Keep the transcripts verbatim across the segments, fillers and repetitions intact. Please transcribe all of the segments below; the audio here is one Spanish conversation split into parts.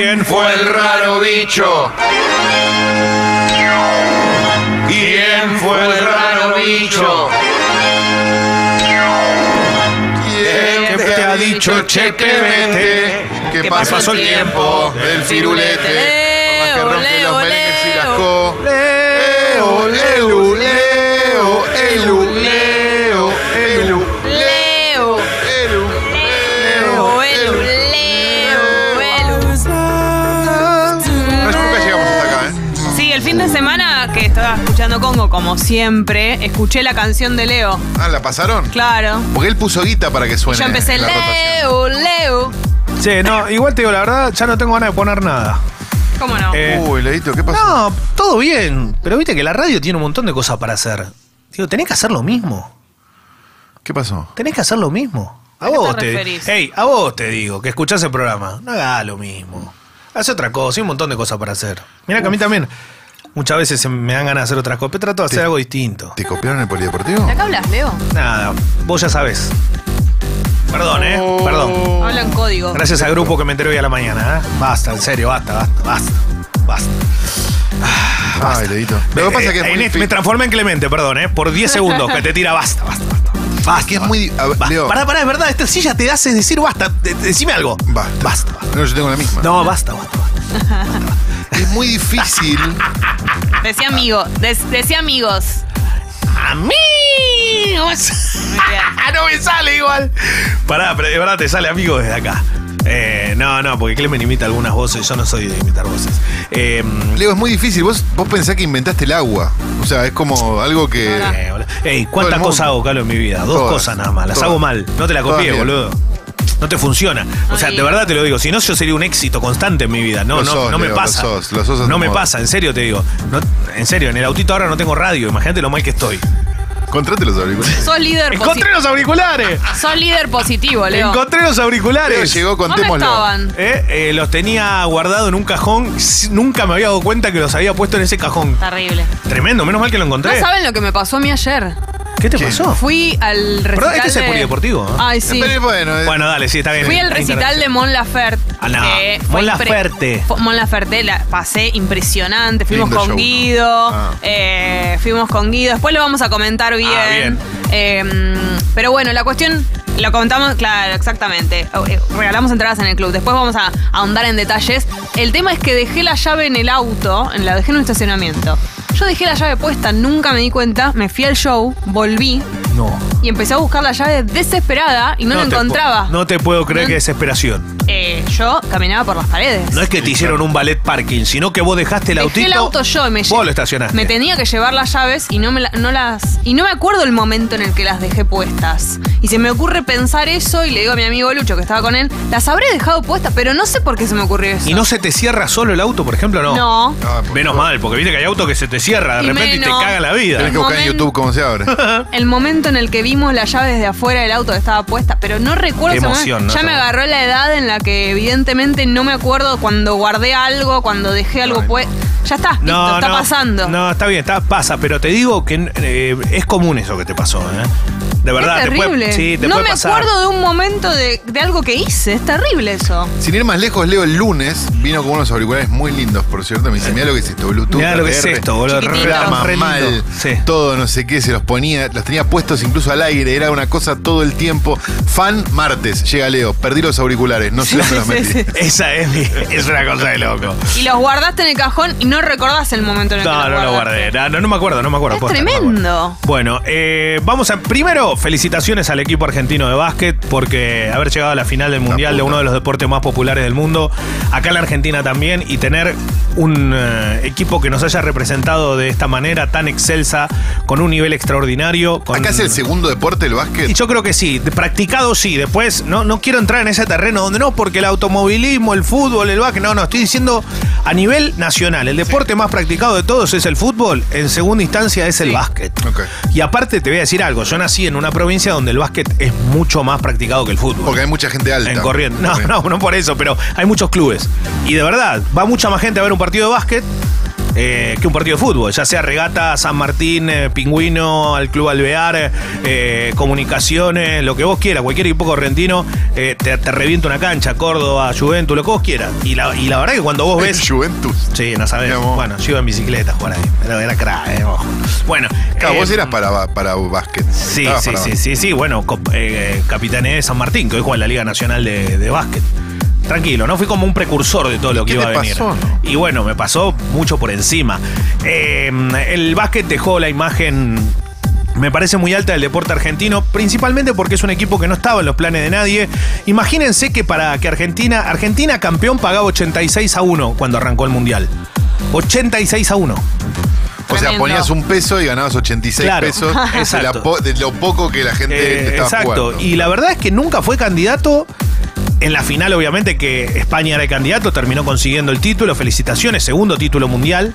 ¿Quién fue el raro bicho? ¿Quién fue el raro bicho? ¿Quién te ha dicho che que vete? Que pasó el tiempo del firulete. Leo, Por más que rompe Leo, los melengues y las Leo. co. Leo, Leo, Leo, Elu, Leo, Elu, Leo, Elu, Leo, Elu, Leo, Elu. No, nunca llegamos hasta acá, ¿eh? Sí, el fin de semana que estaba escuchando Congo, como siempre, escuché la canción de Leo. Ah, ¿la pasaron? Claro. Porque él puso guita para que suene. Yo empecé en la rotación. Leo, Leo. Che, no, igual te digo, la verdad, ya no tengo ganas de poner nada. ¿Cómo no? Eh, Uy, Leito, ¿qué pasó? No, todo bien. Pero viste que la radio tiene un montón de cosas para hacer. Digo, tenés que hacer lo mismo. ¿Qué pasó? Tenés que hacer lo mismo. A, ¿A qué vos te te, referís? Ey, a vos te digo, que escuchás el programa. No hagas lo mismo. Haz otra cosa, hay un montón de cosas para hacer. Mirá que a mí también muchas veces me dan ganas de hacer otras cosas, pero trato de hacer Te- algo distinto. ¿Te copiaron el polideportivo? ¿De qué hablas, Leo? Nada, vos ya sabés. Perdón, ¿eh? Oh. Perdón. Habla en código. Gracias al grupo que me enteré hoy a la mañana, ¿eh? Basta, en serio, basta, basta, basta. Basta. Ah, basta. Ay, Leito. Lo que pasa es que es Eh, muy en- difícil. me transformé en Clemente, perdón, ¿eh? Por diez segundos que te tira basta, basta, basta. Basta, que es muy di- a ver, basta. Leo. Pará, pará, es verdad, esta silla te hace decir basta. De- de- decime algo. Basta. Basta, basta. No, yo tengo la misma. No, basta, basta, basta. Es muy difícil. Decía amigo, des- decía amigos. Amigos. Muy bien. No me sale igual. Pará, pero de verdad te sale amigo desde acá. Eh, no, no, porque Clemen imita algunas voces. Yo no soy de imitar voces. Eh, Leo, es muy difícil. Vos, vos pensás que inventaste el agua. O sea, es como algo que. eh, boludo. Ey, Todo ¿cuántas el cosas mundo. hago, Calo, en mi vida? Dos Todas, cosas nada más. Las todas. hago mal. No te la Todas copié, bien. boludo. No te funciona. O sea, Ay. de verdad te lo digo. Si no, yo sería un éxito constante en mi vida. No, Lo no, sos, no me Leo, pasa. lo sos, lo sos a tu no me modo. pasa, en serio te digo. No, en serio, en el autito ahora no tengo radio. Imagínate lo mal que estoy. Encontrate los auriculares. Sos líder ¡Encontré positivo. los auriculares! Sos líder positivo, Leo. ¡Encontré los Leo auriculares! llegó, ¿Dónde contémoslo. estaban? Eh, eh, los tenía guardados en un cajón. Nunca me había dado cuenta que los había puesto en ese cajón. Terrible. Tremendo, menos mal que lo No encontré. saben lo que me pasó a mí ayer. ¿Qué te ¿Qué? pasó? Fui al recital Perdón, este es el de- polideportivo, ¿eh? Ay, sí. Pero bueno, eh, Bueno, dale, sí, está bien. Fui al Hay recital de interacción. Mon Laferte. Ah, no. que fue Mon impre- Laferte. fue- Mon Laferte, la pasé impresionante. Fuimos Lindo con show, ¿no? Guido. Ah. eh, fuimos con Guido. Después lo vamos a comentar bien. Ah, bien. Eh, pero bueno, la cuestión, lo comentamos, claro, exactamente. Eh, Regalamos entradas en el club. Después vamos a ahondar en detalles. El tema es que dejé la llave en el auto, la dejé en un estacionamiento. Yo dejé la llave puesta, nunca me di cuenta. Me fui al show, volví No. y empecé a buscar la llave desesperada y no, la te encontraba. pu- No te puedo creer No- que desesperación. Eh, yo caminaba por las paredes. No es que te hicieron un ballet parking, sino que vos dejaste el Dejé autito. el auto yo y me Vos lle- lo estacionaste. Me tenía que llevar las llaves y no me la- no las y no me acuerdo el momento en el que las dejé puestas. Y se me ocurre pensar eso y le digo a mi amigo Lucho que estaba con él, las habré dejado puestas, pero no sé por qué se me ocurrió eso. ¿Y no se te cierra solo el auto, por ejemplo? No. No. Ah, por Menos favor. mal, porque viste que hay autos que se te cierra de Y repente y te menos. caga la vida. Tenés que buscar en momento- YouTube cómo se abre. El momento en el que vimos las llaves de afuera del auto que estaba puesta, pero no recuerdo Qué ese emoción, momento. ¿no? Ya me agarró la edad en la que evidentemente no me acuerdo cuando guardé algo, cuando dejé algo Ay, puesto. Ya está, listo, No, está no, pasando. No, está bien, está, pasa, pero te digo que eh, es común eso que te pasó, ¿eh? De verdad, es te puede, terrible. sí, te no puede me pasar. acuerdo de un momento de, de algo que hice. Es terrible eso. Sin ir más lejos, Leo el lunes vino con unos auriculares muy lindos, por cierto. Me dice, mirá lo que es esto, Bluetooth. Mirá lo que es A T R, esto, boludo. Chiquitito. re- Llama re lindo. mal, Sí. todo no sé qué, se los ponía, los tenía puestos incluso al aire, era una cosa todo el tiempo. Fan martes, llega Leo, perdí los auriculares, no sé dónde los metí. Esa es, mi- es una cosa de loco. Y los guardaste en el cajón y no recordás el momento en el que No, los no lo guardaste. guardé. No, no me acuerdo, no me acuerdo. Es posta, no me acuerdo. tremendo. Bueno, eh, vamos a. Primero, felicitaciones al equipo argentino de básquet porque haber llegado a la final del mundial de puta. uno de los deportes más populares del mundo, acá en la Argentina también, y tener un eh, equipo que nos haya representado de esta manera tan excelsa, con un nivel extraordinario. Con, Acá es el segundo deporte, el básquet. Y yo creo que sí, de- practicado sí. Después, no, no quiero entrar en ese terreno donde no, porque el automovilismo, el fútbol, el básquet, no, no, estoy diciendo a nivel nacional. El deporte más practicado de todos es el fútbol, en segunda instancia es el básquet. Ok. Y aparte te voy a decir algo, yo nací en una provincia donde el básquet es mucho más practicado que el fútbol. Porque hay mucha gente alta. En Corrientes. No, no, no por eso, pero hay muchos clubes. Y de verdad, va mucha más gente a ver un partido de básquet eh, que un partido de fútbol, ya sea Regata, San Martín, eh, Pingüino, al Club Alvear, eh, Comunicaciones, lo que vos quieras, cualquier equipo correntino eh, te, te revienta una cancha, Córdoba, Juventus, lo que vos quieras. Y la, y la verdad que cuando vos ves... Juventus. Sí, no sabés. Bueno, yo iba en bicicleta a jugar ahí. Era, era crack, eh, ojo. Bueno. Claro, eh, vos eras para, para básquet. Sí, Estabas sí, para sí, básquet. sí, sí. Bueno, eh, capitané de San Martín, que hoy juega en la Liga Nacional de, de Básquet. Tranquilo, no fui como un precursor de todo lo que ¿Qué iba te a venir. pasó, no? Y bueno, me pasó mucho por encima. Eh, el básquet dejó la imagen, me parece, muy alta del deporte argentino, principalmente porque es un equipo que no estaba en los planes de nadie. Imagínense que para que Argentina, Argentina campeón pagaba ochenta y seis a uno cuando arrancó el Mundial. ochenta y seis a uno. O sea, Tremendo. ponías un peso y ganabas ochenta y seis Claro, pesos de, la exacto. po- de lo poco que la gente Eh, estaba exacto. jugando. Y la verdad es que nunca fue candidato. En la final, obviamente, que España era el candidato, terminó consiguiendo el título. Felicitaciones, segundo título mundial.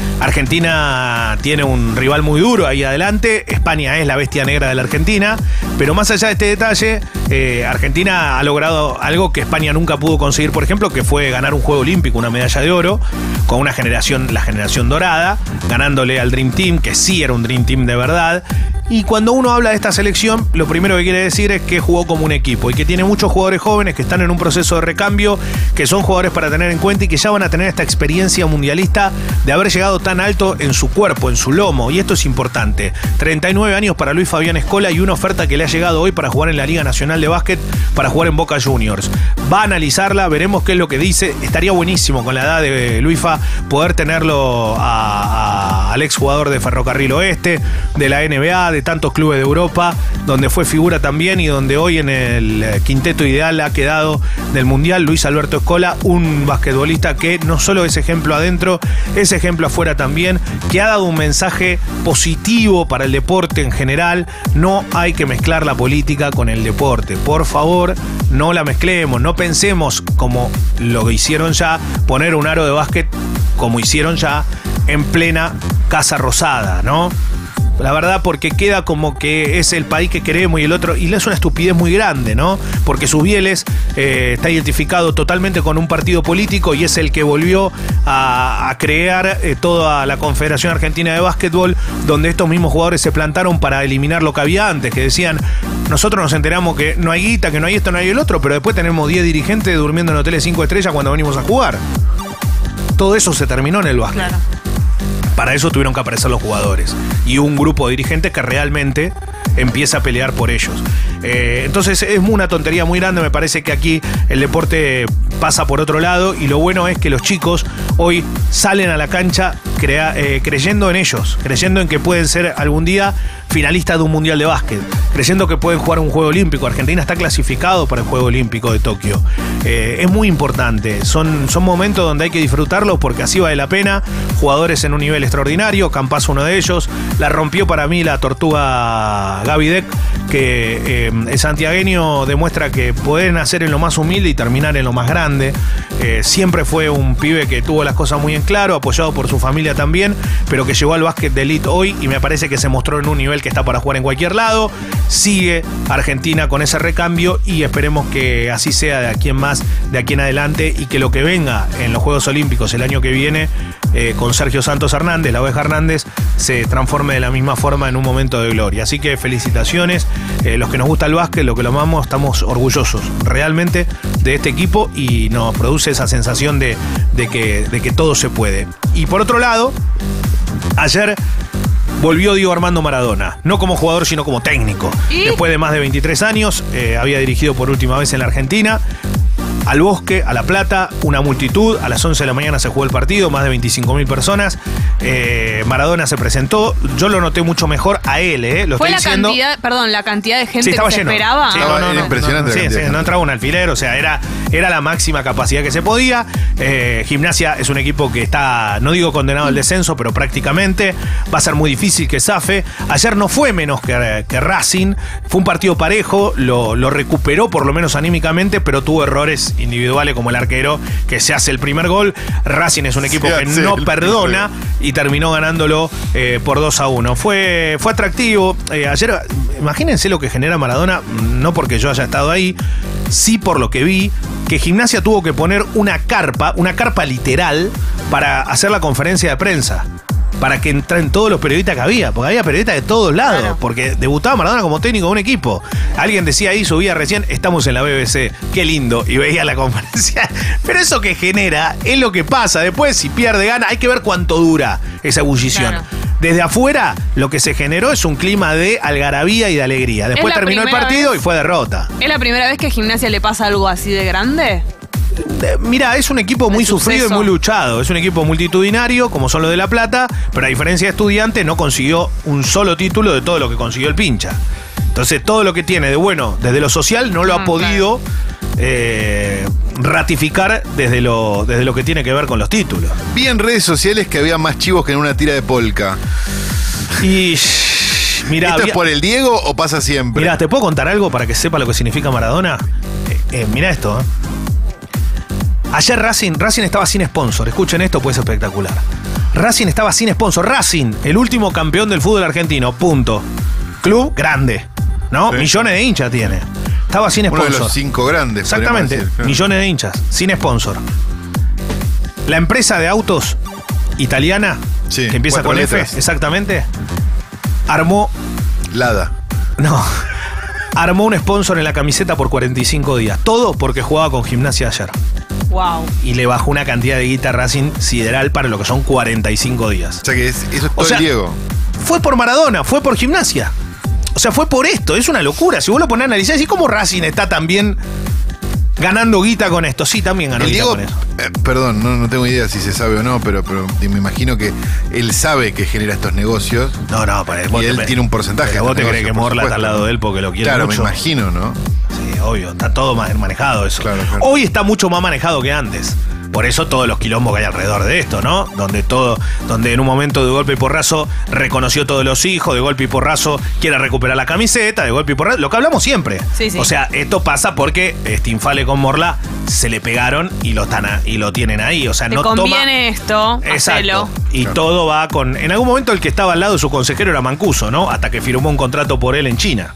Argentina tiene un rival muy duro ahí adelante. España es la bestia negra de la Argentina. Pero más allá de este detalle, eh, Argentina ha logrado algo que España nunca pudo conseguir, por ejemplo, que fue ganar un juego olímpico, una medalla de oro, con una generación, la generación dorada, ganándole al Dream Team, que sí era un Dream Team de verdad. Y cuando uno habla de esta selección, lo primero que quiere decir es que jugó como un equipo y que tiene muchos jugadores jóvenes que están en un proceso de recambio, que son jugadores para tener en cuenta y que ya van a tener esta experiencia mundialista de haber llegado tan alto en su cuerpo, en su lomo. Y esto es importante. treinta y nueve años para Luis Fabián Escola y una oferta que le ha llegado hoy para jugar en la Liga Nacional de Básquet, para jugar en Boca Juniors. Va a analizarla, veremos qué es lo que dice. Estaría buenísimo con la edad de Luifa poder tenerlo a, a, al exjugador de Ferrocarril Oeste, de la N B A, de tantos clubes de Europa, donde fue figura también y donde hoy en el quinteto ideal ha quedado del Mundial Luis Alberto Escola, un basquetbolista que no solo es ejemplo adentro, es ejemplo afuera también, que ha dado un mensaje positivo para el deporte en general. No hay que mezclar la política con el deporte, por favor, no la mezclemos, no pensemos como lo hicieron ya, poner un aro de básquet como hicieron ya en plena Casa Rosada, ¿no? La verdad, porque queda como que es el país que queremos y el otro, y es una estupidez muy grande, ¿no? Porque Susbieles eh, está identificado totalmente con un partido político y es el que volvió a, a crear eh, toda la Confederación Argentina de Básquetbol, donde estos mismos jugadores se plantaron para eliminar lo que había antes, que decían, nosotros nos enteramos que no hay guita, que no hay esto, no hay el otro, pero después tenemos diez dirigentes durmiendo en hoteles cinco estrellas cuando venimos a jugar. Todo eso se terminó en el básquet. Claro. Para eso tuvieron que aparecer los jugadores y un grupo de dirigentes que realmente empieza a pelear por ellos. Eh, entonces es una tontería muy grande, me parece que aquí el deporte pasa por otro lado y lo bueno es que los chicos hoy salen a la cancha crea, eh, creyendo en ellos, creyendo en que pueden ser algún día finalistas de un mundial de básquet, creyendo que pueden jugar un juego olímpico. Argentina está clasificado para el Juego Olímpico de Tokio. Eh, es muy importante, son, son momentos donde hay que disfrutarlos porque así vale la pena. Jugadores en un nivel extraordinario, Campazzo uno de ellos, la rompió para mí la tortuga Gaby Deck, que eh, el santiagueño demuestra que pueden nacer en lo más humilde y terminar en lo más grande. Eh, siempre fue un pibe que tuvo las cosas muy en claro, apoyado por su familia también, pero que llegó al básquet de elite hoy y me parece que se mostró en un nivel que está para jugar en cualquier lado. Sigue Argentina con ese recambio y esperemos que así sea de aquí en más, de aquí en adelante, y que lo que venga en los Juegos Olímpicos el año que viene eh, con Sergio Santos Hernández, la Oveja Hernández, se transforme de la misma forma en un momento de gloria. Así que felicitaciones, eh, los que nos gusta el básquet, los que lo amamos, estamos orgullosos realmente de este equipo y nos produce esa sensación de, de, que, de que todo se puede. Y por otro lado, ayer volvió Diego Armando Maradona, no como jugador sino como técnico. ¿Y? Después de más de veintitrés años, eh, había dirigido por última vez en la Argentina. Al Bosque, a La Plata, una multitud. A las once de la mañana se jugó el partido, más de veinticinco mil personas. Eh, Maradona se presentó. Yo lo noté mucho mejor a él, ¿eh? Lo Fue estoy la diciendo. cantidad, perdón, la cantidad de gente Sí, estaba que se lleno. esperaba. Sí, Estaba no, no, no, impresionante no, la sí, cantidad sí, de no gente. entraba un alfiler, o sea, era, era la máxima capacidad que se podía. Eh, Gimnasia es un equipo que está, no digo condenado al descenso, pero prácticamente va a ser muy difícil que zafe. Ayer no fue menos que, que Racing, fue un partido parejo, lo, lo recuperó por lo menos anímicamente, pero tuvo errores individuales como el arquero que se hace el primer gol. Racing es un equipo Se que hace no el perdona y terminó ganándolo eh, por dos a uno. Fue, fue atractivo. Eh, ayer, imagínense lo que genera Maradona, no porque yo haya estado ahí, sí por lo que vi. que Gimnasia tuvo que poner una carpa, una carpa literal, para hacer la conferencia de prensa. Para que entren todos los periodistas que había, porque había periodistas de todos lados, claro. Porque debutaba Maradona como técnico de un equipo. Alguien decía ahí, subía recién, estamos en la B B C, qué lindo, y veía la conferencia. Pero eso que genera es lo que pasa. Después, si pierde, gana, hay que ver cuánto dura esa ebullición. Claro. Desde afuera, lo que se generó es un clima de algarabía y de alegría. Después terminó el partido vez, y fue derrota. ¿Es la primera vez que a Gimnasia le pasa algo así de grande? Mira, es un equipo muy sufrido y muy luchado. Es un equipo multitudinario, como son los de La Plata, pero a diferencia de Estudiantes, no consiguió un solo título de todo lo que consiguió el Pincha. Entonces, todo lo que tiene de bueno desde lo social no lo ha podido eh, ratificar desde lo, desde lo que tiene que ver con los títulos. Vi en redes sociales que había más chivos que en una tira de polka. Y... Mirá, ¿esto había... es por el Diego o pasa siempre? Mirá, ¿te puedo contar algo para que sepa lo que significa Maradona? Eh, eh, mirá esto, ¿eh? Ayer Racing, Racing estaba sin sponsor. Escuchen esto, pues es espectacular. Racing estaba sin sponsor. Racing, el último campeón del fútbol argentino. Punto. Club grande, ¿no? Sí. Millones de hinchas tiene. Estaba sin sponsor. Uno de los cinco grandes. Exactamente. Decir, claro. Millones de hinchas, sin sponsor. La empresa de autos italiana, sí, que empieza con letras. F, exactamente, armó... Lada. No. Armó un sponsor en la camiseta por cuarenta y cinco días. Todo porque jugaba con Gimnasia ayer. Wow. Y le bajó una cantidad de guita Racing sideral para lo que son cuarenta y cinco días. O sea que es, eso es todo o sea, el Diego. Fue por Maradona, fue por Gimnasia. O sea, fue por esto. Es una locura. Si vos lo ponés a analizar, ¿y cómo Racing está también ganando guita con esto? Sí, también ganó el guita Diego, con eso. Eh, perdón, no, no tengo idea si se sabe o no, pero, pero me imagino que él sabe que genera estos negocios. No, no, para él. Y él te, tiene un porcentaje. Pero vos te crees que Morla está al lado de él porque lo quiere claro, mucho. Claro, me imagino, ¿no? Sí, obvio. Está todo manejado eso. Claro, claro. Hoy está mucho más manejado que antes. Por eso todos los quilombos que hay alrededor de esto, ¿no? Donde todo, donde en un momento de golpe y porrazo reconoció todos los hijos, de golpe y porrazo quiere recuperar la camiseta, de golpe y porrazo, lo que hablamos siempre. Sí, sí. O sea, esto pasa porque Stinfale con Morla se le pegaron y lo están a, y lo tienen ahí. O sea, te no conviene toma... esto, exacto. Hacelo. Y claro. Todo va con. En algún momento el que estaba al lado de su consejero era Mancuso, ¿no? Hasta que firmó un contrato por él en China.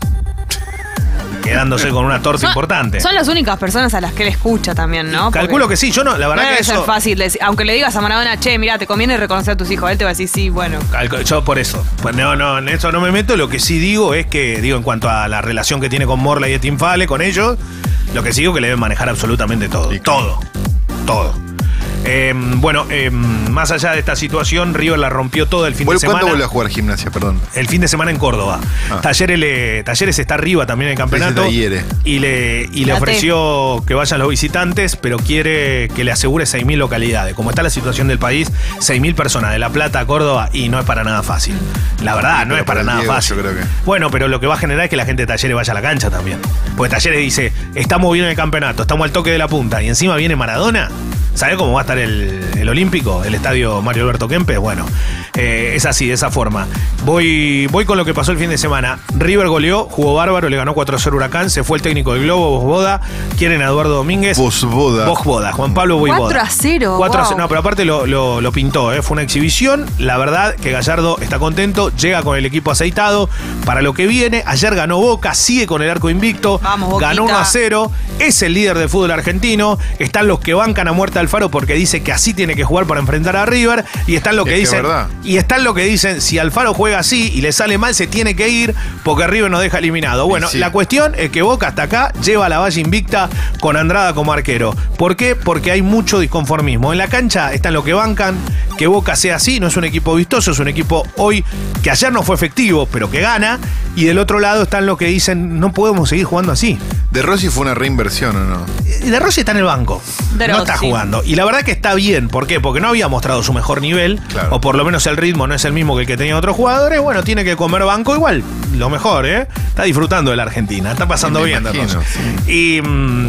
Quedándose con una torta son, importante. Son las únicas personas a las que él escucha también, ¿no? Calculo Porque que sí, yo no, la verdad no que debe eso... ser fácil, decir, aunque le digas a Maradona, che, mira, te conviene reconocer a tus hijos, él te va a decir, sí, bueno. Yo por eso, pues no, no, en eso no me meto, lo que sí digo es que, digo, en cuanto a la relación que tiene con Morla y Stinfale, con ellos, lo que sí digo es que le deben manejar absolutamente todo, y todo, todo. Eh, bueno, eh, más allá de esta situación, River la rompió toda el fin de semana. ¿Cuándo vuelve a jugar Gimnasia, perdón? El fin de semana en Córdoba. Ah. Talleres, le, Talleres está arriba también en el campeonato. Y le, y le ofreció que vayan los visitantes, pero quiere que le asegure seis mil localidades. Como está la situación del país, seis mil personas de La Plata a Córdoba y no es para nada fácil. La verdad, sí, no es para, para nada Diego, fácil. Yo creo que... Bueno, pero lo que va a generar es que la gente de Talleres vaya a la cancha también. Porque Talleres dice, estamos bien en el campeonato, estamos al toque de la punta y encima viene Maradona. ¿Sabe cómo va a estar el, el Olímpico? El estadio Mario Alberto Kempes. Bueno, eh, es así, de esa forma. Voy, voy con lo que pasó el fin de semana. River goleó, jugó bárbaro, le ganó cuatro a cero Huracán, se fue el técnico del Globo, Vosboda. Quieren a Eduardo Domínguez. Vosboda. Vosboda, Juan Pablo Voivoda. cuatro a cero. cuatro a cero. No, pero aparte lo, lo, lo pintó, ¿eh? Fue una exhibición. La verdad que Gallardo está contento, llega con el equipo aceitado para lo que viene. Ayer ganó Boca, sigue con el arco invicto. Vamos, Boquita. Ganó uno a cero. Es el líder del fútbol argentino. Están los que bancan a muerte Alfaro porque dice que así tiene que jugar para enfrentar a River. Y están los que es dicen. Que y están los que dicen, si Alfaro juega así y le sale mal, se tiene que ir porque River nos deja eliminado. Bueno, sí. La cuestión es que Boca hasta acá lleva la valla invicta con Andrada como arquero. ¿Por qué? Porque hay mucho disconformismo. En la cancha están los que bancan que Boca sea así, no es un equipo vistoso, es un equipo hoy que ayer no fue efectivo, pero que gana. Y del otro lado están los que dicen, no podemos seguir jugando así. ¿De Rossi fue una reinversión o no? De Rossi está en el banco. De no Rossi. Está jugando. Y la verdad que está bien. ¿Por qué? Porque no había mostrado su mejor nivel. Claro. O por lo menos el ritmo no es el mismo que el que tenían otros jugadores. Bueno, tiene que comer banco igual. Lo mejor, ¿eh? Está disfrutando de la Argentina. Está pasando Me bien. imagino, sí. Y,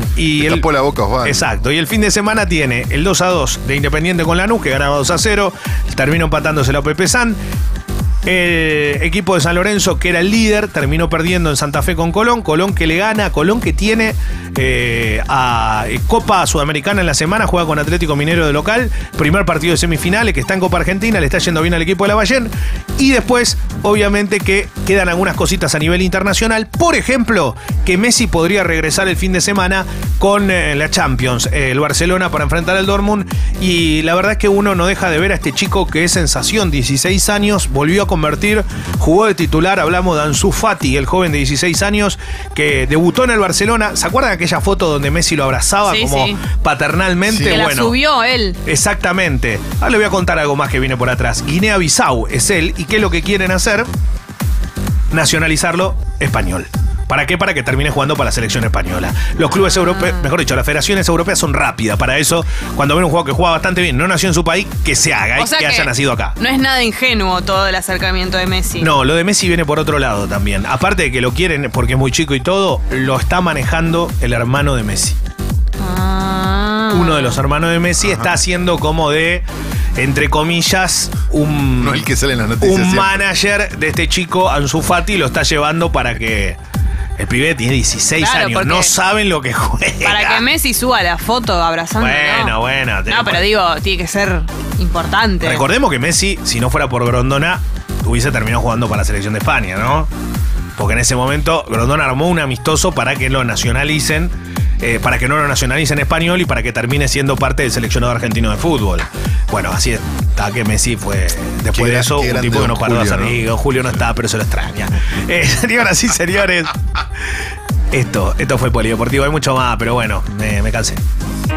y el, tapó la boca, Osvaldo. Exacto. Y el fin de semana tiene el dos a dos de Independiente con Lanús, que ganaba dos a cero. Terminó empatándose la O P P San. El equipo de San Lorenzo, que era el líder, terminó perdiendo en Santa Fe con Colón. Colón que le gana, Colón que tiene eh, a Copa Sudamericana en la semana, juega con Atlético Minero de local. Primer partido de semifinales, que está en Copa Argentina, le está yendo bien al equipo de Lavallén. Y después, obviamente, que quedan algunas cositas a nivel internacional. Por ejemplo, que Messi podría regresar el fin de semana con eh, la Champions, eh, el Barcelona para enfrentar al Dortmund. Y la verdad es que uno no deja de ver a este chico que es sensación, dieciséis años, volvió a convertir, jugó de titular. Hablamos de Ansu Fati, el joven de dieciséis años que debutó en el Barcelona. ¿Se acuerdan de aquella foto donde Messi lo abrazaba Sí, como sí. paternalmente? Que la Bueno, subió él. exactamente. Ahora le voy a contar algo más que viene por atrás. Guinea-Bissau es él. ¿Y qué es lo que quieren hacer? Nacionalizarlo español. ¿Para qué? Para que termine jugando para la selección española. Los clubes europeos, mejor dicho, las federaciones europeas son rápidas para eso. Cuando ven un jugador que juega bastante bien, no nació en su país, que se haga O y sea que haya nacido acá. No es nada ingenuo todo el acercamiento de Messi. No, lo de Messi viene por otro lado también. Aparte de que lo quieren porque es muy chico y todo, lo está manejando el hermano de Messi. Ah. Uno de los hermanos de Messi está haciendo como de, entre comillas, un, No el que sale en las noticias un siempre. manager de este chico, Ansu Fati, lo está llevando para que el pibe tiene dieciséis Claro, años, porque no saben lo que juega. Para que Messi suba la foto abrazando. Bueno, no. bueno. No, tenemos- pero digo, tiene que ser importante. Recordemos que Messi, si no fuera por Grondona, hubiese terminado jugando para la selección de España, ¿no? Porque en ese momento Grondona armó un amistoso para que lo nacionalicen, eh, para que no lo nacionalicen español y para que termine siendo parte del seleccionado argentino de fútbol. Bueno, así está que Messi fue, después Qué de gran- eso, qué un grande tipo que no don paró de Julio, hacer ¿no? amigos. Julio no está, pero se lo extraña. Eh, señoras y señores, esto, esto fue Polideportivo. Hay mucho más, pero bueno, me, me cansé.